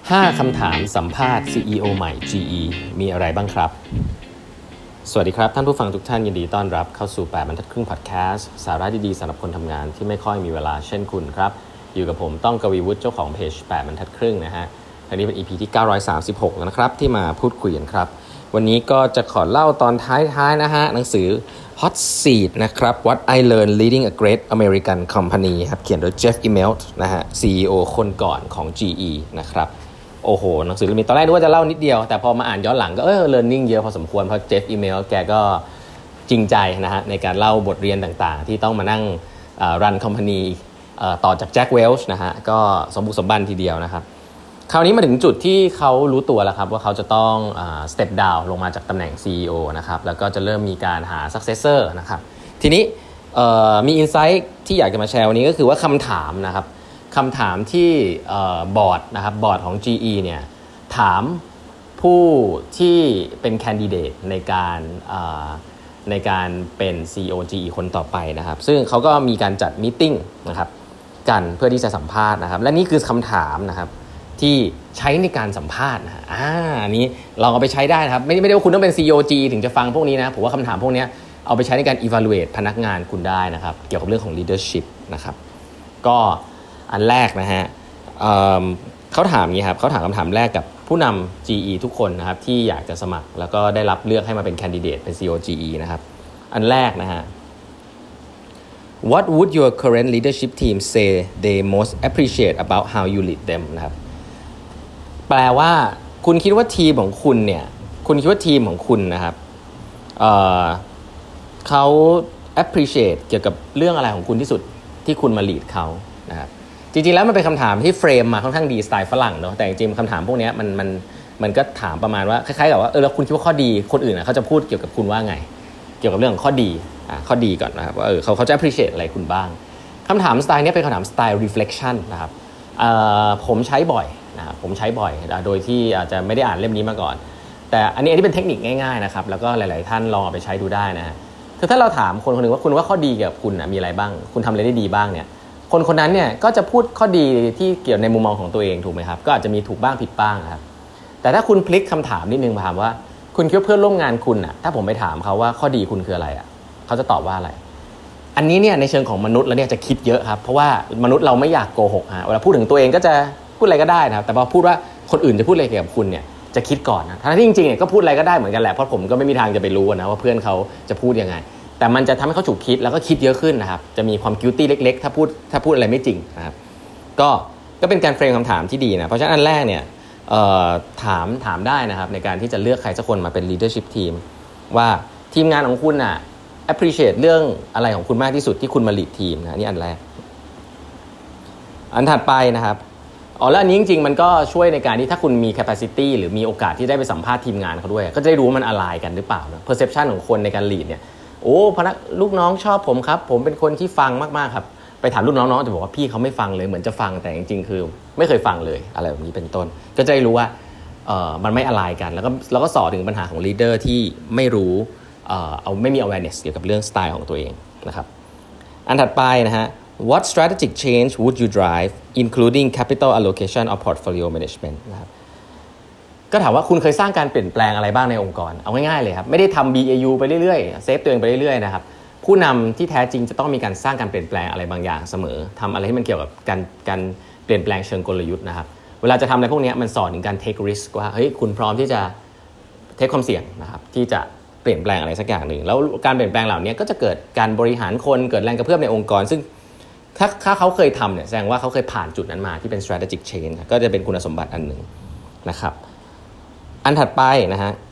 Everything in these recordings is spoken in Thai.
5 คำถามสัมภาษณ์ CEO ใหม่ GE มีอะไรบ้างครับสวัสดีครับท่านผู้ฟังทุกท่านยินดีต้อนรับเข้าสู่8บรรทัดครึ่งพอดแคสต์สาระดีๆสำหรับคนทำงานที่ไม่ค่อยมีเวลาเช่นคุณครับอยู่กับผมต้องกวีวุฒิเจ้าของเพจ8บรรทัดครึ่งนะฮะอันนี้เป็น EP ที่936แล้วนะครับที่มาพูดคุยกันครับวันนี้ก็จะขอเล่าตอนท้ายๆนะฮะหนังสือ Hot Seat นะครับ What I Learned Leading a Great American Company ครับเขียนโดย Jeff Immelt นะฮะ CEO คนก่อนของ GE นะครับโอ้โหหนังสือเล่มนี้ตอนแรกนึกว่าจะเล่านิดเดียวแต่พอมาอ่านย้อนหลังก็learning เยอะพอสมควรเพราะ Jeff Immelt แกก็จริงใจนะฮะในการเล่าบทเรียนต่างๆที่ต้องมานั่งรัน company ต่อจาก Jack Welch นะฮะก็สมบุกสมบันทีเดียวนะครับคราวนี้มาถึงจุดที่เขารู้ตัวแล้วครับว่าเขาจะต้องstep down ลงมาจากตำแหน่ง CEO นะครับแล้วก็จะเริ่มมีการหา successor นะครับทีนี้มี insight ที่อยากจะมาแชร์วันนี้ก็คือว่าคำถามนะครับคำถามที่บอร์ดนะครับบอร์ดของ GE เนี่ยถามผู้ที่เป็นแคนดิเดตในการเป็น CEO GE คนต่อไปนะครับซึ่งเขาก็มีการจัดมีตติ้งนะครับกันเพื่อที่จะสัมภาษณ์นะครับและนี่คือคำถามนะครับที่ใช้ในการสัมภาษณ์นะอันนี้ลองเอาไปใช้ได้นะครับไม่ได้ว่าคุณต้องเป็น CEO GE ถึงจะฟังพวกนี้นะผมว่าคำถามพวกนี้เอาไปใช้ในการ evaluate พนักงานคุณได้นะครับเกี่ยวกับเรื่องของ leadership นะครับก็อันแรกนะฮะเขาถามอย่างนี้ครับเขาถามคำถามแรกกับผู้นำ GE ทุกคนนะครับที่อยากจะสมัครแล้วก็ได้รับเลือกให้มาเป็นแคนดิเดตเป็น CEO GE นะครับอันแรกนะฮะ What would your current leadership team say they most appreciate about how you lead them นะครับแปลว่าคุณคิดว่าทีมของคุณเนี่ยคุณคิดว่าทีมของคุณนะครับเขา appreciate เกี่ยวกับเรื่องอะไรของคุณที่สุดที่คุณมา lead เขานะครับจริงๆแล้วมันเป็นคำถามที่เฟรมมาค่อนข้างดีสไตล์ฝรั่งเนาะแต่จริงๆคำถามพวกนี้มันก็ถามประมาณว่าคล้ายๆกับว่าแล้วคุณคิดว่าข้อดีคนอื่นเขาจะพูดเกี่ยวกับคุณว่าไงเกี่ยวกับเรื่องของข้อดีข้อดีก่อนนะครับว่าเขาจะ appreciate อะไรคุณบ้างคำถามสไตล์นี้เป็นคำถามสไตล์ reflection นะครับผมใช้บ่อยนะครับผมใช้บ่อยโดยที่อาจจะไม่ได้อ่านเล่มนี้มาก่อนแต่อันนี้เป็นเทคนิคง่ายๆนะครับแล้วก็หลายๆท่านลองเอาไปใช้ดูได้นะฮะคือถ้าเราถามคนคนหนึ่งว่าคุณว่าข้อดีเกี่ยวกับคุณมีอะไรบ้างคุณทำอะไรได้ดีบ้างเนี่ยคนนั้นเนี่ยก็จะพูดข้อดีที่เกี่ยวในมุมมองของตัวเองถูกไหมครับก็อาจจะมีถูกบ้างผิดบ้างครับแต่ถ้าคุณพลิกคำถามนิดนึงมาถามว่าคุณคิดว่าเพื่อนร่วมงานคุณถ้าผมไปถามเขาว่าข้อดีคุณคืออะไรเขาจะตอบว่าอะไรอันนี้เนี่ยในเชิงของมนุษย์แล้วเนี่ยจะคิดเยอะครับเพราะว่ามนุษย์เราไม่อยากโกหกเวลาพูดถึงตัวเองก็จะพูดอะไรก็ได้นะครับแต่พอพูดว่าคนอื่นจะพูดอะไรเกี่ยวกับคุณเนี่ยจะคิดก่อนนะทั้งที่จริงๆเนี่ยก็พูดอะไรก็ได้เหมือนกันแหละเพราะผมก็ไม่มีทางจะไปรู้นะว่าเพื่อนเขาจะพูดยังไงแต่มันจะทำให้เขาฉุกคิดแล้วก็คิดเยอะขึ้นนะครับจะมีความ guilty เล็กๆถ้าพูดอะไรไม่จริงนะครับก็เป็นการเฟรมคำถามที่ดีนะเพราะฉะนั้นอันแรกเนี่ยถามได้นะครับในการที่จะเลือกใครสักคนมาเป็น leadership team ว่าทีมงานของคุณappreciate เรื่องอะไรของคุณมากที่สุดที่คุณมา lead ทีมนะนี่อันแรกอันถัดไปนะครับแล้วอันนี้จริงๆมันก็ช่วยในการที่ถ้าคุณมี capacity หรือมีโอกาสที่ได้ไปสัมภาษณ์ทีมงานเขาด้วยก็จะได้รู้ว่ามันอะไรกันหรือเปล่านะ perception ของคนในการ lead เนี่ยลูกน้องชอบผมครับผมเป็นคนที่ฟังมากๆครับไปถามลูกน้องๆจะบอกว่าพี่เขาไม่ฟังเลยเหมือนจะฟังแต่จริงๆคือไม่เคยฟังเลยอะไรแบบนี้เป็นต้นก็จะได้รู้ว่ามันไม่อะไรกันแล้วก็สอนถึงปัญหาของ leader ที่ไม่รู้ไม่มี awareness เกี่ยวกับเรื่องสไตล์ของตัวเองนะครับอันถัดไปนะฮะ What strategic change would you drive including capital allocation or portfolio management นะครับก็ถามว่าคุณเคยสร้างการเปลี่ยนแปลงอะไรบ้างในองค์กรเอาง่ายๆเลยครับไม่ได้ทำ BAU ไปเรื่อยๆเซฟตัวเองไปเรื่อยๆนะครับผู้นำที่แท้จริงจะต้องมีการสร้างการเปลี่ยนแปลงอะไรบางอย่างเสมอทำอะไรที่มันเกี่ยวกับการเปลี่ยนแปลงเชิงกลยุทธ์นะครับเวลาจะทำอะไรพวกนี้มันสอนถึงการ take risk ว่าเฮ้ยคุณพร้อมที่จะ take ความเสี่ยงนะครับที่จะเปลี่ยนแปลงอะไรสักอย่างหนึ่งแล้วการเปลี่ยนแปลงเหล่านี้ก็จะเกิดการบริหารคนเกิดแรงกระเพื่อมในองค์กรซึ่งถ้าเขาเคยทำเนี่ยแสดงว่าเขาเคยผ่านจุดนั้นมาที่เป็น strategic change ก็จะเป็นคุณสมบัติอันหนึ่งนะครับอันถัดไปนะฮะ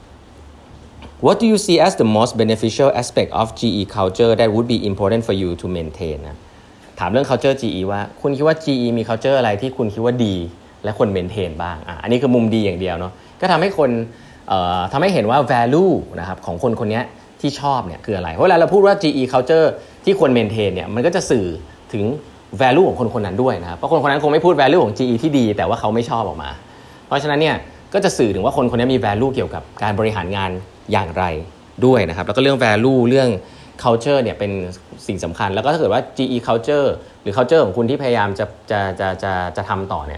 What do you see as the most beneficial aspect of GE culture that would be important for you to maintain นะถามเรื่อง culture GE ว่าคุณคิดว่า GE มี culture อะไรที่คุณคิดว่าดีและควร maintain บ้างอันนี้คือมุมดีอย่างเดียวเนาะก็ทำให้คนทำให้เห็นว่า value นะครับของคนคนนี้ที่ชอบเนี่ยคืออะไรเพราะเวลาเราพูดว่า GE culture ที่ควร maintain เนี่ยมันก็จะสื่อถึง value ของคนคนนั้นด้วยนะครับเพราะคนคนนั้นคงไม่พูด value ของ GE ที่ดีแต่ว่าเขาไม่ชอบออกมาเพราะฉะนั้นเนี่ยก็จะสื่อถึงว่าคนคนนี้มี value เกี่ยวกับการบริหารงานอย่างไรด้วยนะครับแล้วก็เรื่อง value เรื่อง culture เนี่ยเป็นสิ่งสำคัญแล้วก็ถ้าเกิดว่า GE culture หรือ culture ของคุณที่พยายามจะทำต่อเนี่ย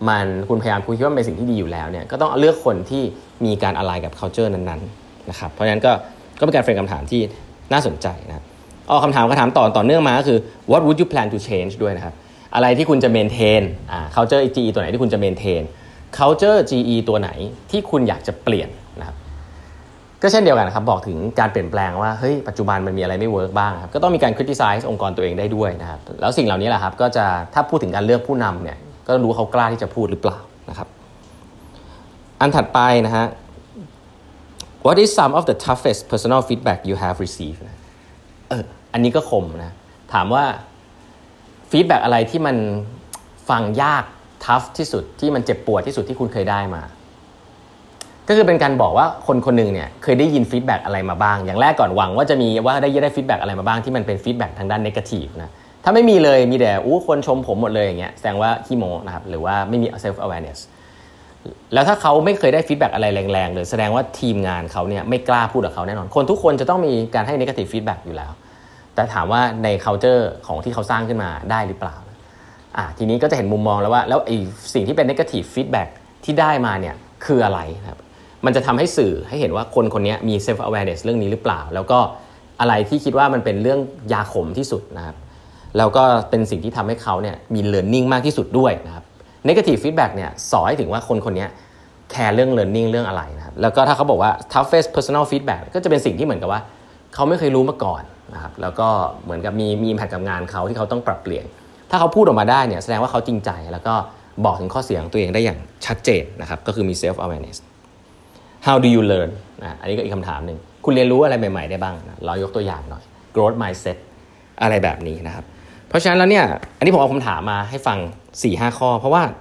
คุณพยายามคุณคิดว่ามันเป็นสิ่งที่ดีอยู่แล้วเนี่ยก็ต้องเลือกคนที่มีการอะไรกับ culture นั้นๆนะครับเพราะฉะนั้นก็เป็นการเฟรมคำถามที่น่าสนใจนะคำถามต่อเนื่องมาก็คือ what would you plan to change ด้วยนะครับอะไรที่คุณจะ maintain culture GE ตัวไหนที่คุณจะ maintain culture GE ตัวไหนที่คุณอยากจะเปลี่ยนนะครับก็เช่นเดียวกันครับบอกถึงการเปลี่ยนแปลงว่าเฮ้ยปัจจุบันมันมีอะไรไม่เวิร์กบ้างครับก็ต้องมีการ criticize องค์กรตัวเองได้ด้วยนะครับแล้วสิ่งเหล่านี้แหละครับก็จะถ้าพูดถึงการเลือกผู้นำเนี่ยก็รู้เขากล้าที่จะพูดหรือเปล่านะครับอันถัดไปนะฮะ What is some of the toughest personal feedback you have received อันนี้ก็คมนะถามว่าฟีดแบ็กอะไรที่มันฟังยากทัฟที่สุดที่มันเจ็บปวดที่สุดที่คุณเคยได้มาก็คือเป็นการบอกว่าคนหนึ่งเนี่ยเคยได้ยินฟีดแบ็กอะไรมาบ้างอย่างแรกก่อนหวังว่าจะมีว่าได้ฟีดแบ็กอะไรมาบ้างที่มันเป็นฟีดแบ็กทางด้านเนกาทีฟนะถ้าไม่มีเลยมีแต่คนชมผมหมดเลยอย่างเงี้ยแสดงว่าขี้โม้นะครับหรือว่าไม่มี self awareness แล้วถ้าเขาไม่เคยได้ฟีดแบ็กอะไรแรงๆเลยแสดงว่าทีมงานเขาเนี่ยไม่กล้าพูดกับเขาแน่นอนคนทุกคนจะต้องมีการให้ negative feedback อยู่แล้วแต่ถามว่าใน culture ของที่เขาสร้างขึ้นมาได้หรือเปล่าทีนี้ก็จะเห็นมุมมองแล้วว่าแล้วไอ้สิ่งที่เป็น negative feedback ที่ได้มาเนี่ยคืออะไรครับมันจะทำให้สื่อให้เห็นว่าคนนี้มี self awareness เรื่องนี้หรือเปล่าแล้วก็อะไรที่คิดว่ามันเป็นเรื่องยาขมที่สุดนะครับแล้วก็เป็นสิ่งที่ทำให้เขาเนี่ยมี learning มากที่สุดด้วยนะครับ negative feedback เนี่ยสอนให้ถึงว่าคนนี้แคร์เรื่อง learning เรื่องอะไรนะครับแล้วก็ถ้าเขาบอกว่า toughest personal feedback ก็จะเป็นสิ่งที่เหมือนกับว่าเขาไม่เคยรู้มาก่อนนะครับแล้วก็เหมือนกับมี impact กับงานเขาที่เขาต้องปรับเปลี่ยนถ้าเขาพูดออกมาได้เนี่ยแสดงว่าเขาจริงใจแล้วก็บอกถึงข้อเสียของตัวเองได้อย่างชัดเจนนะครับก็คือมี self awareness How do you learn อันนี้ก็อีกคำถามหนึ่งคุณเรียนรู้อะไรใหม่ๆได้บ้างนะเรายกตัวอย่างหน่อย growth mindset อะไรแบบนี้นะครับเพราะฉะนั้นแล้วเนี่ยอันนี้ผมเอาคำถามมาให้ฟัง 4-5 ข้อเพราะว่า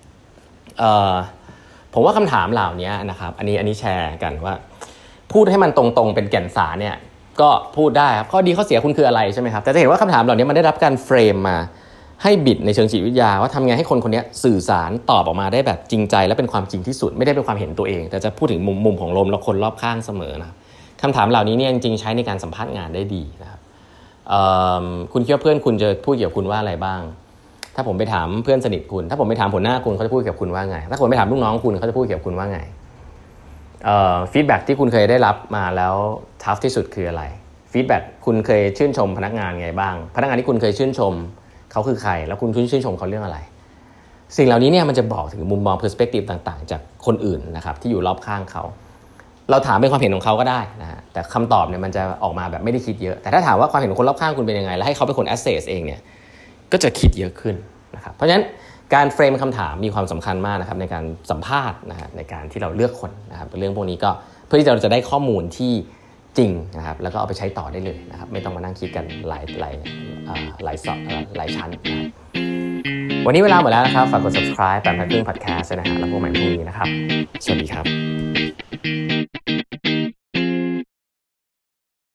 ผมว่าคำถามเหล่านี้นะครับอันนี้แชร์กันว่าพูดให้มันตรงๆเป็นแก่นสารเนี่ยก็พูดได้ครับข้อดีข้อเสียคุณคืออะไรใช่ไหมครับแต่จะเห็นว่าคำถามเหล่านี้มันได้รับการเฟรมมาให้บิดในเชิงจิตวิทยาว่าทำไงให้คนนี้สื่อสารตอบออกมาได้แบบจริงใจและเป็นความจริงที่สุดไม่ได้เป็นความเห็นตัวเองแต่จะพูดถึงมุมของลมและคนรอบข้างเสมอนะคำถามเหล่านี้เนี่ยจริงๆใช้ในการสัมภาษณ์งานได้ดีนะครับคุณคิดว่าเพื่อนคุณจะพูดเกี่ยวกับคุณว่าอะไรบ้างถ้าผมไปถามเพื่อนสนิทคุณถ้าผมไปถามหัวหน้าคุณเขาจะพูดเกี่ยวกับคุณว่าไงถ้าผมไปถามลูกน้องคุณเขาจะพูดเกี่ยวกับคุณว่าไงฟีดแบ็กที่คุณเคยได้รับมาแล้วทัฟที่สุดคืออะไรฟีดแบ็กคุณเคยชื่นชมพนักงานไงบ้างพนักงานที่คุณเคยชื่นชมเขาคือใครแล้วคุณชื่นชมเขาเรื่องอะไรสิ่งเหล่านี้เนี่ยมันจะบอกถึงมุมมอง perspective ต่างๆจากคนอื่นนะครับที่อยู่รอบข้างเขาเราถามเป็นความเห็นของเขาก็ได้นะฮะแต่คำตอบเนี่ยมันจะออกมาแบบไม่ได้คิดเยอะแต่ถ้าถามว่าความเห็นของคนรอบข้างคุณเป็นยังไงแล้วให้เขาเป็นคน assess เองเนี่ยก็จะคิดเยอะขึ้นนะครับเพราะฉะนั้นการเฟรมคำถามมีความสำคัญมากนะครับในการสัมภาษณ์นะฮะในการที่เราเลือกคนนะครับเรื่องพวกนี้ก็เพื่อที่เราจะได้ข้อมูลที่จริงนะครับแล้วก็เอาไปใช้ต่อได้เลยนะครับไม่ต้องมานั่งคิดกันหลายชั้นนะครับวันนี้เวลาหมดแล้วนะครับฝากกด subscribe แปมทัดครึ่ง podcast นะฮะแล้วพบกันใหม่พรุ่งนี้นะครับสวัสดีครับ